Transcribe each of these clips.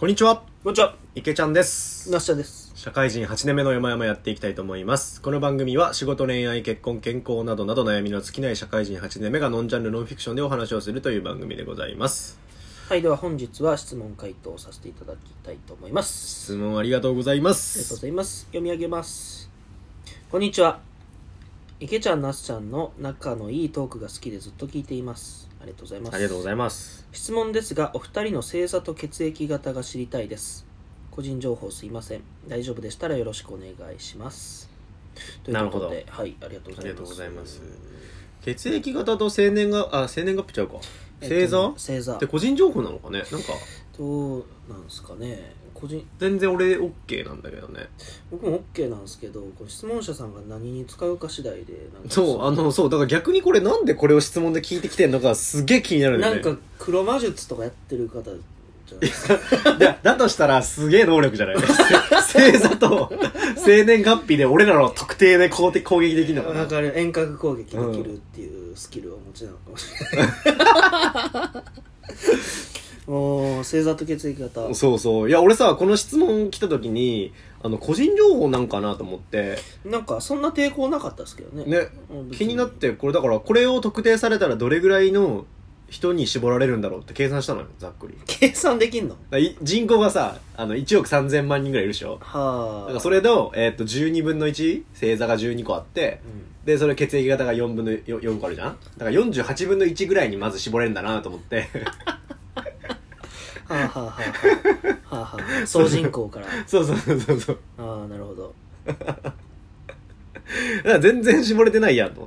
こんにちは。 こんにちは。 池ちゃんです。 なっしゃです。 社会人8年目の山々やっていきたいと思います。この番組は仕事、恋愛、結婚、健康などなど悩みの尽きない社会人8年目がノンジャンルノンフィクションでお話をするという番組でございます。 はい、では本日は質問回答させていただきたいと思います。 質問ありがとうございまありがとうす。 ございます。読み上げます。こんにちは。池ちゃん、なっしゃんの仲のいいトークが好きでずっと聞いています。ありがとうございます。 ありがとうございます。 質問ですが、お二人の星座と血液型が知りたいです。個人情報すいません。大丈夫でしたらよろしくお願いします。ということで、はい、ありがとうございます。 ありがとうございます。血液型と生年月日ちゃうか。星座、 星座って個人情報なのかね。なんかどうなんですかね。 全然俺 OK なんだけどね。 僕も OK なんですけど、これ質問者さんが何に使うか次第でなんかそうだから逆にこれなんでこれを質問で聞いてきてんのかすげえ気になるんだよね。 なんか黒魔術とかやってる方じゃないですか。 だとしたらすげえ能力じゃない星座と生年月日で俺らの特定で攻撃できるのかな。 なんか遠隔攻撃できるっていうスキルをお持ちなのかもしれないもう星座と血液型。 そういや俺さこの質問来た時に個人情報なんかなと思ってなんかそんな抵抗なかったですけどね。 気になって、これだからこれを特定されたらどれぐらいの人に絞られるんだろうって計算したのよ、ざっくり。 計算できんの？ 人口がさ1億3000万人ぐらいいるでしょ。 はあ。 だからそれの、12分の1星座が12個あって、でそれ血液型が4分の 4個あるじゃん。だから48分の1ぐらいにまず絞れるんだなと思ってはあはあはあはあはあ、総人口からそうああ、なるほど。 だから全然絞れてないやんと思って。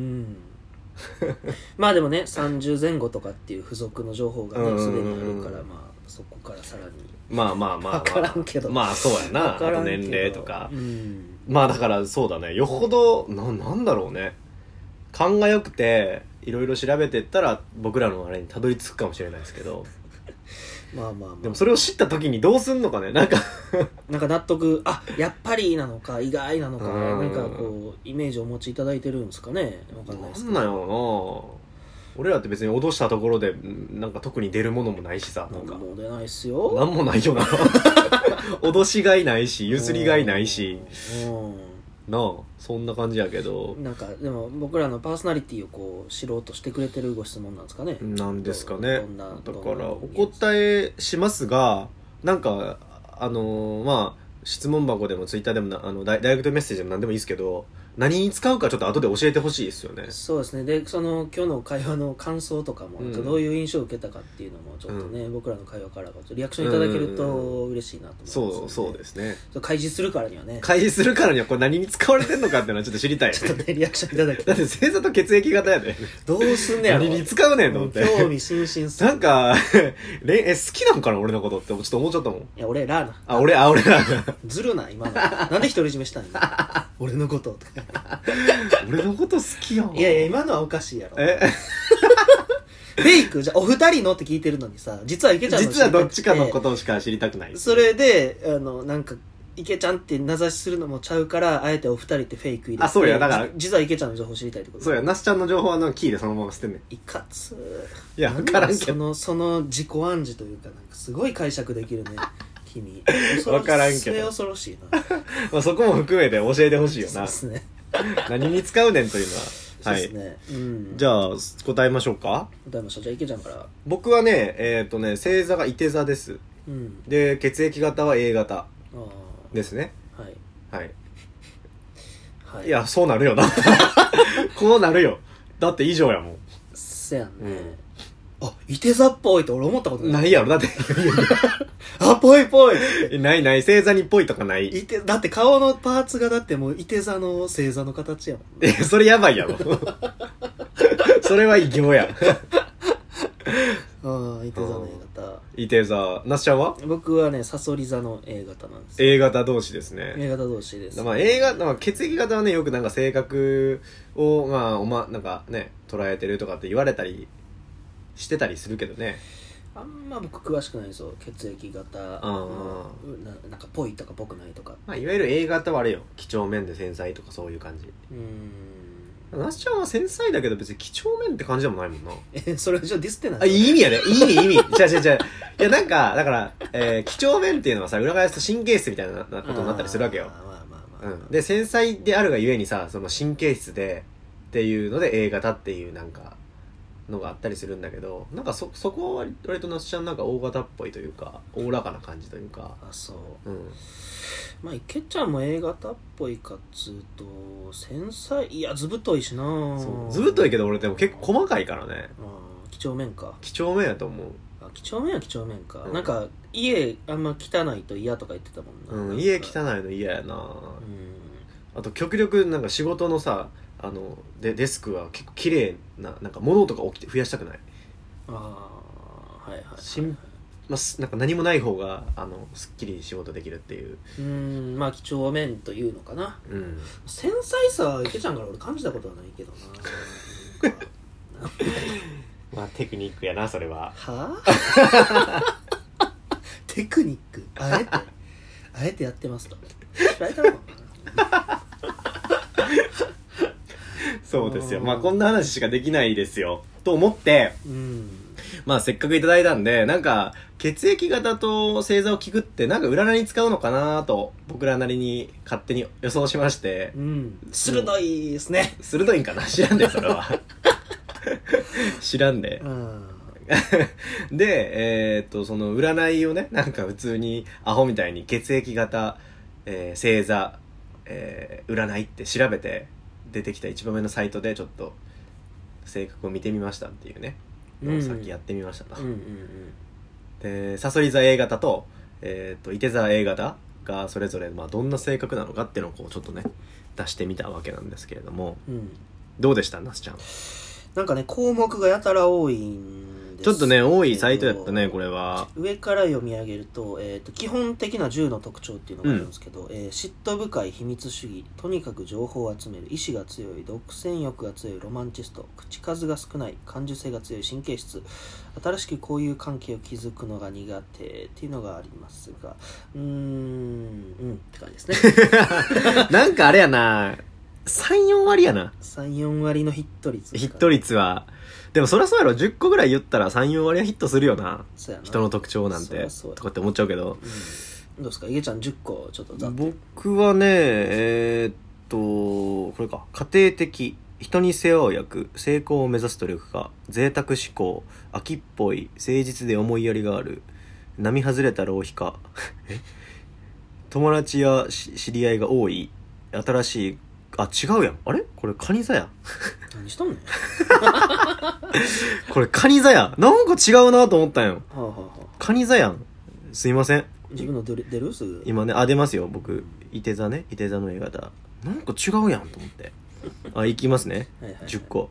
まあでもね、30前後とかっていう付属の情報がねすでにあるから、まあそこからさらにまあ分からんけど、 まあそうやな。あと年齢とか、まあだからそうだね、よほどなんだろうね、勘が良くていろいろ調べてったら僕らのあれにたどり着くかもしれないですけどまあでもそれを知った時にどうすんのかね。なんか納得、やっぱりなのか意外なのか、なんかこうイメージをお持ちいただいてるんですかね。わかんないですけど。 なんなんやろな。俺らって別に脅したところでなんか特に出るものもないしさ、なんかもう出ないっすよ。 なんもないよな脅しがいないし譲りがいないしなあ、そんな感じやけど、 なんかでも僕らのパーソナリティをこう知ろうとしてくれてるご質問なんですかね。 なんですかね。 だからお答えしますが、なんかまあ質問箱でもツイッターでもダイレクトメッセージでも何でもいいですけど、何に使うかちょっと後で教えてほしいですよね。 そうですね。で今日の会話の感想とかも、どういう印象を受けたかっていうのもちょっとね、僕らの会話からリアクションいただけると嬉しいなと思います。 そうですね。 開示するからにはこれ何に使われてんのかっていうのはちょっと知りたいね。 ちょっとねリアクションいただけだって星座と血液型やでどうすんねやろ。 何に使うねんと思って。 興味津々する。 なんか好きなんかな俺のことってちょっと思っちゃったもん。いや俺らな。 俺らずるな今のなんで独り占めしたんや俺のこと俺のこと好きやん。 いや今のはおかしいやろ。フェイクじゃお二人のって聞いてるのにさ、実は池ちゃんの実はどっちかのことしか知りたくない。 それでなんか池ちゃんって名指しするのもちゃうから、あえてお二人ってフェイク入れて、 そうや、だから実は池ちゃんの情報知りたいってこと。 そうや、那須ちゃんの情報はキーでそのまま捨てんねん。 いかつ。 いや分からんけど、 その自己暗示というか、なんかすごい解釈できるね君。 分からんけど恐ろしいなまあそこも含めて教えてほしいよな。 そうですね何に使うねんというのはそうですね、 じゃあ答えましょうか。 答えましょう。じゃあ池ちゃんから。 僕はね星座がいて座です、で血液型は A 型ですね。はい、いやそうなるよなこうなるよ。だって以上やもん。 せやんね、いて座っぽいって俺思ったことないやろ。だってぽいぽいない星座にぽいとかない。 だって顔のパーツがだってもういて座の星座の形やもん。 それやばいやろそれは異形やいて座の A 型。 いて座。那須ちゃんは？ 僕はねさそり座の A 型なんです。 A 型同士ですね。 A 型同士です、 まあ A 型、血液型はねよくなんか性格をなんかね捉えてるとかって言われたりしてたりするけどね。 あんま僕詳しくないですよ、血液型のなんかぽいとかぽくないとか。 いわゆる A 型はあれよ、几帳面で繊細とかそういう感じ。那須ちゃんは繊細だけど別に几帳面って感じでもないもんな。 それじゃディスってない？ いい意味やで、いい意味。違う。 やなんかだから、几帳面っていうのはさ裏返すと神経質みたいなことになったりするわけよ。で繊細であるがゆえにさその神経質でっていうので A 型っていうなんかのがあったりするんだけど、なんかそこは割となすちゃんなんか O 型っぽいというかおおらかな感じというか。 あ、そう、 うん、 まあ池ちゃんも A 型っぽいかっつうと繊細、いや図太いしな。 そう図太いけど俺でも結構細かいからね。 几帳面か。 几帳面やと思う。 几帳面は几帳面か、なんか家あんま汚いと嫌とか言ってたもんな。 家汚いの嫌やな。あと極力なんか仕事のさデスクは結構綺麗ななんか物とか起きて増やしたくない。 はいはい、 なんか何もない方がすっきり仕事できるっていう。 まあ几帳面というのかな。繊細さは池ちゃんから俺感じたことはないけどな。 まあテクニックやなそれは。 テクニックあえてやってますと。嫌いだろうな。 そうですよ。まあこんな話しかできないですよと思って、まあせっかくいただいたんでなんか血液型と星座を聞くってなんか占いに使うのかなと僕らなりに勝手に予想しまして、 鋭いですね。 鋭いんかな知らんでそれは。知らんで。でその占いをねなんか普通にアホみたいに血液型、星座、占いって調べて出てきた一番目のサイトでちょっと性格を見てみましたっていうねのをさっきやってみましたと。でさそり座 A 型と、いて座 A 型がそれぞれまあどんな性格なのかっていうのをこうちょっとね出してみたわけなんですけれども、どうでしたなすちゃん。 なんかね項目がやたら多いんです。 ちょっとね多いサイトやったねこれは。 上から読み上げると、基本的な10の特徴っていうのがあるんですけど、嫉妬深い秘密主義、とにかく情報を集める、意志が強い、独占欲が強いロマンチスト、口数が少ない、感受性が強い神経質、新しく交友関係を築くのが苦手っていうのがありますが、って感じですね。 なんかあれやな 3,4 割やな。 3,4 割のヒット率、 ヒット率は。でもそりゃそうやろ。10個ぐらい言ったら 3,4 割はヒットするよな。 そうやな、 人の特徴なんてとかって思っちゃうけど、 どうですかいげちゃん。10個ちょっと僕はねこれか。家庭的、人に世話を焼く、成功を目指す努力家、贅沢志向、秋っぽい、誠実で思いやりがある、並外れた浪費家友達や知り合いが多い、新しい、あ、違うやん。あれこれカニ座やん。 何しとんねん。 これカニ座や。なんか違うなと思ったんよ。カニ座やん。すいません。 自分の出るすぐ。 今ね、出ますよ。僕、いて座ね。いて座の A 型。なんか違うやんと思って。いきますね。10個。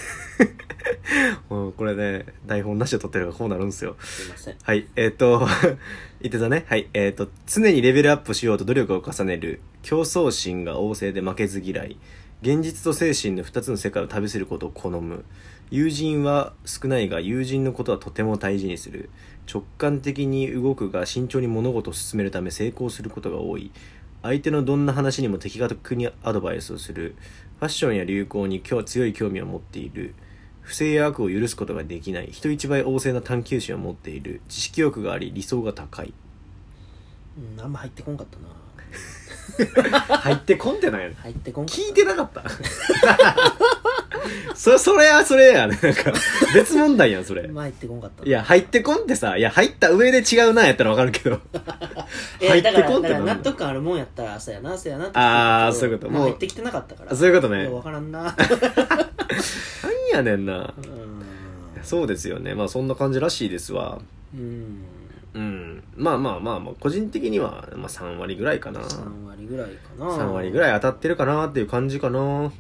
これね、台本なしで撮ってるからこうなるんですよ。 すいません。 はい、いて座ね。はい、常にレベルアップしようと努力を重ねる。競争心が旺盛で負けず嫌い。現実と精神の2つの世界を旅することを好む。友人は少ないが友人のことはとても大事にする。直感的に動くが慎重に物事を進めるため成功することが多い。相手のどんな話にも的確にアドバイスをする。ファッションや流行に強い興味を持っている。不正や悪を許すことができない。人一倍旺盛な探求心を持っている。知識欲があり理想が高い。 あんま入ってこんかったな。 入ってこんってないよね。 入ってこんかった。 聞いてなかった。それやね。なんか別問題やんそれ。 入ってこんかったな。 いや入ってこんってさ、いや入った上で違うなやったらわかるけど。入ってこんってだから納得感あるもんやったらそうやなってそういうこと。 もう入ってきてなかったから。 そういうことね。 わからんな。 何やねんな。そうですよね。まあそんな感じらしいですわ。まあ個人的には、まあ、3割ぐらいかな。 3割ぐらいかな。 3割ぐらい当たってるかなっていう感じかな。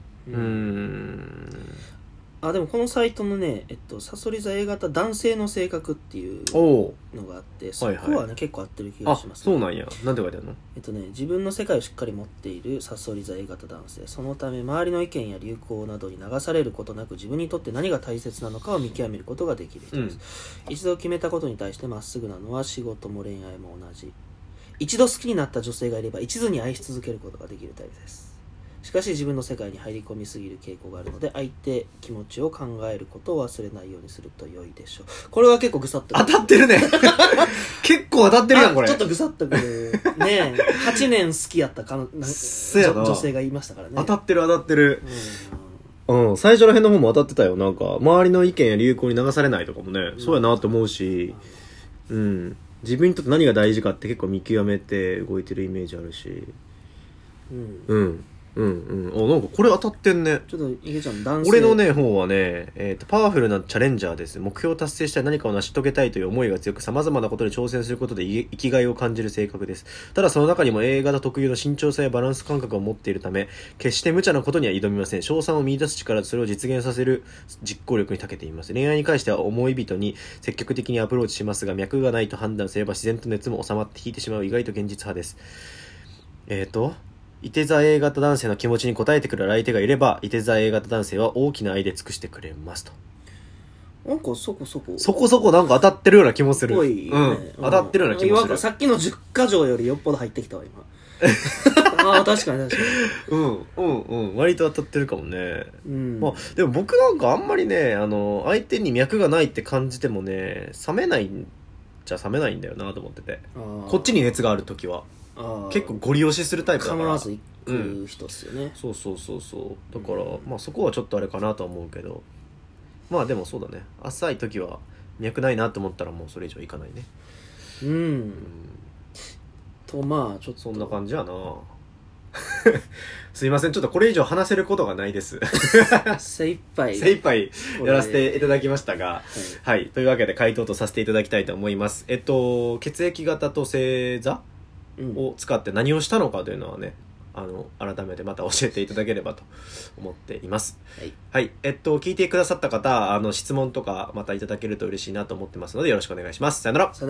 でもこのサイトのね、さそり座 A 型男性の性格っていうのがあって、そこはね、結構合ってる気がします、 ね。そうなんや。なんて書いてあるの？ 自分の世界をしっかり持っているさそり座 A 型男性。そのため周りの意見や流行などに流されることなく自分にとって何が大切なのかを見極めることができる人です。一度決めたことに対してまっすぐなのは仕事も恋愛も同じ。一度好きになった女性がいれば一途に愛し続けることができるタイプです。 しかし自分の世界に入り込みすぎる傾向があるので、相手気持ちを考えることを忘れないようにすると良いでしょう。これは結構ぐさっと当たってるね結構当たってるやんこれ。 ちょっとぐさっとくるね。8年好きやった女性がいましたからね。 当たってる、最初の辺の方も当たってたよ。なんか周りの意見や流行に流されないとかもね、そうやなと思うし、自分にとって何が大事かって結構見極めて動いてるイメージあるし、なんかこれ当たってんね。 ちょっと池ちゃん男性、 俺のね方はね、パワフルなチャレンジャーです。目標を達成したい、何かを成し遂げたいという思いが強く、様々なことに挑戦することで生きがいを感じる性格です。ただその中にも A 型特有の慎重さやバランス感覚を持っているため、決して無茶なことには挑みません。賞賛を見出す力とそれを実現させる実行力に長けています。恋愛に関しては思い人に積極的にアプローチしますが、脈がないと判断すれば自然と熱も収まって引いてしまう意外と現実派です。いて座 A 型男性の気持ちに応えてくれる相手がいれば、いて座 A 型男性は大きな愛で尽くしてくれますと。 なんかそこそこなんか当たってるような気もする。 当たってるような気もする。 さっきの10か条よりよっぽど入ってきたわ今確かに割と当たってるかもね。まあでも僕なんかあんまりね、相手に脈がないって感じてもね、冷めないんだよなと思ってて、こっちに熱がある時は結構ゴリ押しするタイプだから。 必ず行く人っすよね。 そうだから、まあそこはちょっとあれかなとは思うけど、まあでもそうだね、浅い時は脈ないなと思ったらもうそれ以上いかないね。 とまあちょっとそんな感じやなすいません、ちょっとこれ以上話せることがないです精一杯やらせていただきましたが、はい、というわけで回答とさせていただきたいと思います。血液型と星座を使って何をしたのかというのはね、改めてまた教えていただければと思っています。はい、聞いてくださった方、質問とかまたいただけると嬉しいなと思ってますので、よろしくお願いします。さよなら。